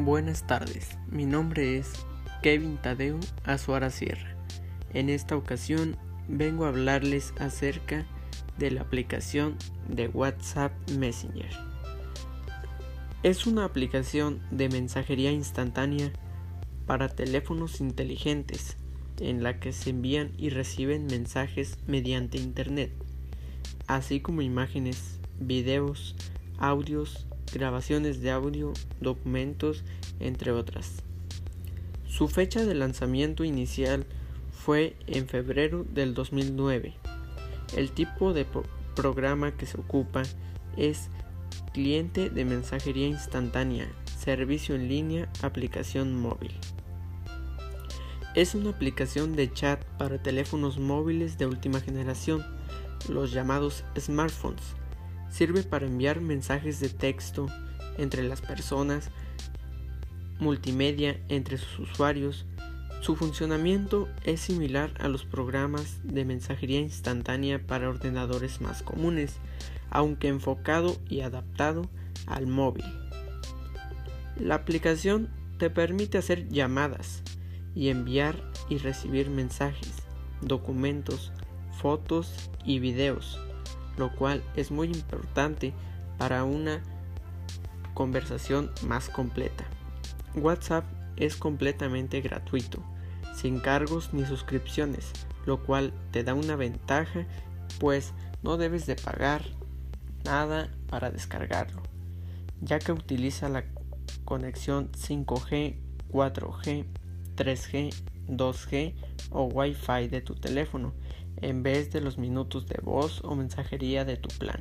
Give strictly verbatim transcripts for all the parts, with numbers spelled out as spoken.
Buenas tardes, mi nombre es Kevin Tadeo Azuara Sierra. En esta ocasión vengo a hablarles acerca de la aplicación de WhatsApp Messenger. Es una aplicación de mensajería instantánea para teléfonos inteligentes en la que se envían y reciben mensajes mediante internet, así como imágenes, videos, audios, grabaciones de audio, documentos, entre otras. Su fecha de lanzamiento inicial fue en febrero del dos mil nueve. El tipo de pro- programa que se ocupa es cliente de mensajería instantánea, servicio en línea, aplicación móvil. Es una aplicación de chat para teléfonos móviles de última generación, los llamados smartphones. Sirve para enviar mensajes de texto entre las personas, multimedia entre sus usuarios. Su funcionamiento es similar a los programas de mensajería instantánea para ordenadores más comunes, aunque enfocado y adaptado al móvil. La aplicación te permite hacer llamadas y enviar y recibir mensajes, documentos, fotos y videos, lo cual es muy importante para una conversación más completa. WhatsApp es completamente gratuito, sin cargos ni suscripciones, lo cual te da una ventaja, pues no debes de pagar nada para descargarlo, ya que utiliza la conexión cinco G, cuatro G, tres G, dos G o Wi-Fi de tu teléfono, en vez de los minutos de voz o mensajería de tu plan.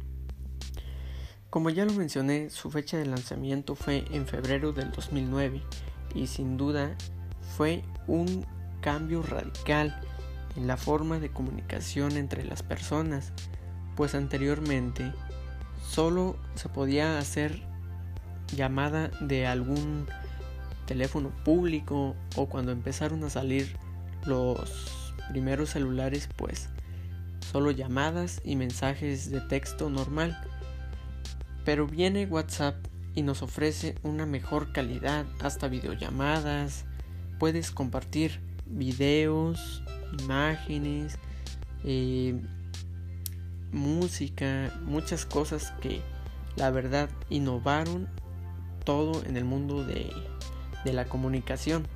Como ya lo mencioné, su fecha de lanzamiento fue en febrero del dos mil nueve y sin duda fue un cambio radical en la forma de comunicación entre las personas, pues anteriormente solo se podía hacer llamada de algún teléfono público, o cuando empezaron a salir los primeros celulares, pues solo llamadas y mensajes de texto normal. Pero viene WhatsApp y nos ofrece una mejor calidad, hasta videollamadas. Puedes compartir videos, imágenes, eh, música, muchas cosas que la verdad innovaron todo en el mundo de, de la comunicación.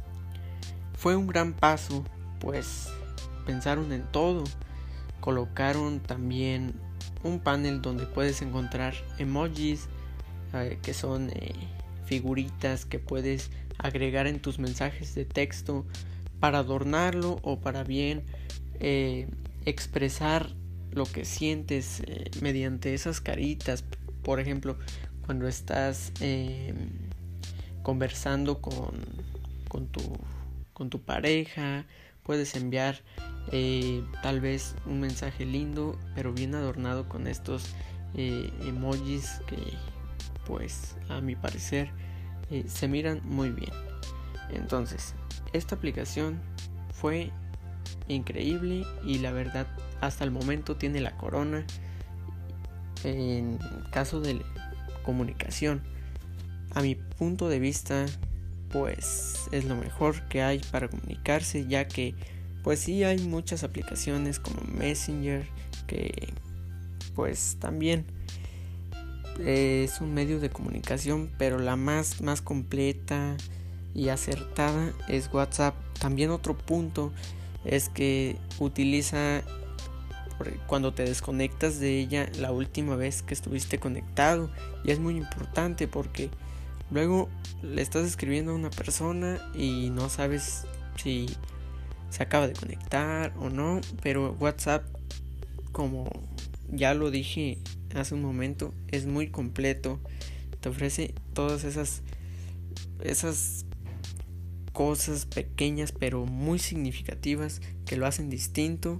Fue un gran paso, pues pensaron en todo. Colocaron también un panel donde puedes encontrar emojis, eh, que son eh, figuritas que puedes agregar en tus mensajes de texto para adornarlo o para bien eh, expresar lo que sientes eh, mediante esas caritas. Por ejemplo, cuando estás eh, conversando con, con tu con tu pareja, puedes enviar eh, tal vez un mensaje lindo, pero bien adornado con estos eh, emojis que, pues, a mi parecer eh, se miran muy bien. Entonces, esta aplicación fue increíble y la verdad hasta el momento tiene la corona en caso de comunicación. A mi punto de vista, pues es lo mejor que hay para comunicarse, ya que pues sí hay muchas aplicaciones como Messenger que pues también es un medio de comunicación, pero la más más completa y acertada es WhatsApp. También otro punto es que utiliza cuando te desconectas de ella la última vez que estuviste conectado, y es muy importante porque luego le estás escribiendo a una persona y no sabes si se acaba de conectar o no, pero WhatsApp, como ya lo dije hace un momento, es muy completo. Te ofrece todas esas esas cosas pequeñas pero muy significativas que lo hacen distinto,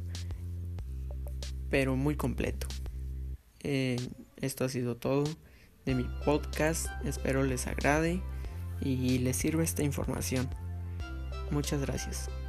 pero muy completo. Eh, esto ha sido todo de mi podcast. Espero les agrade y les sirva esta información. Muchas gracias.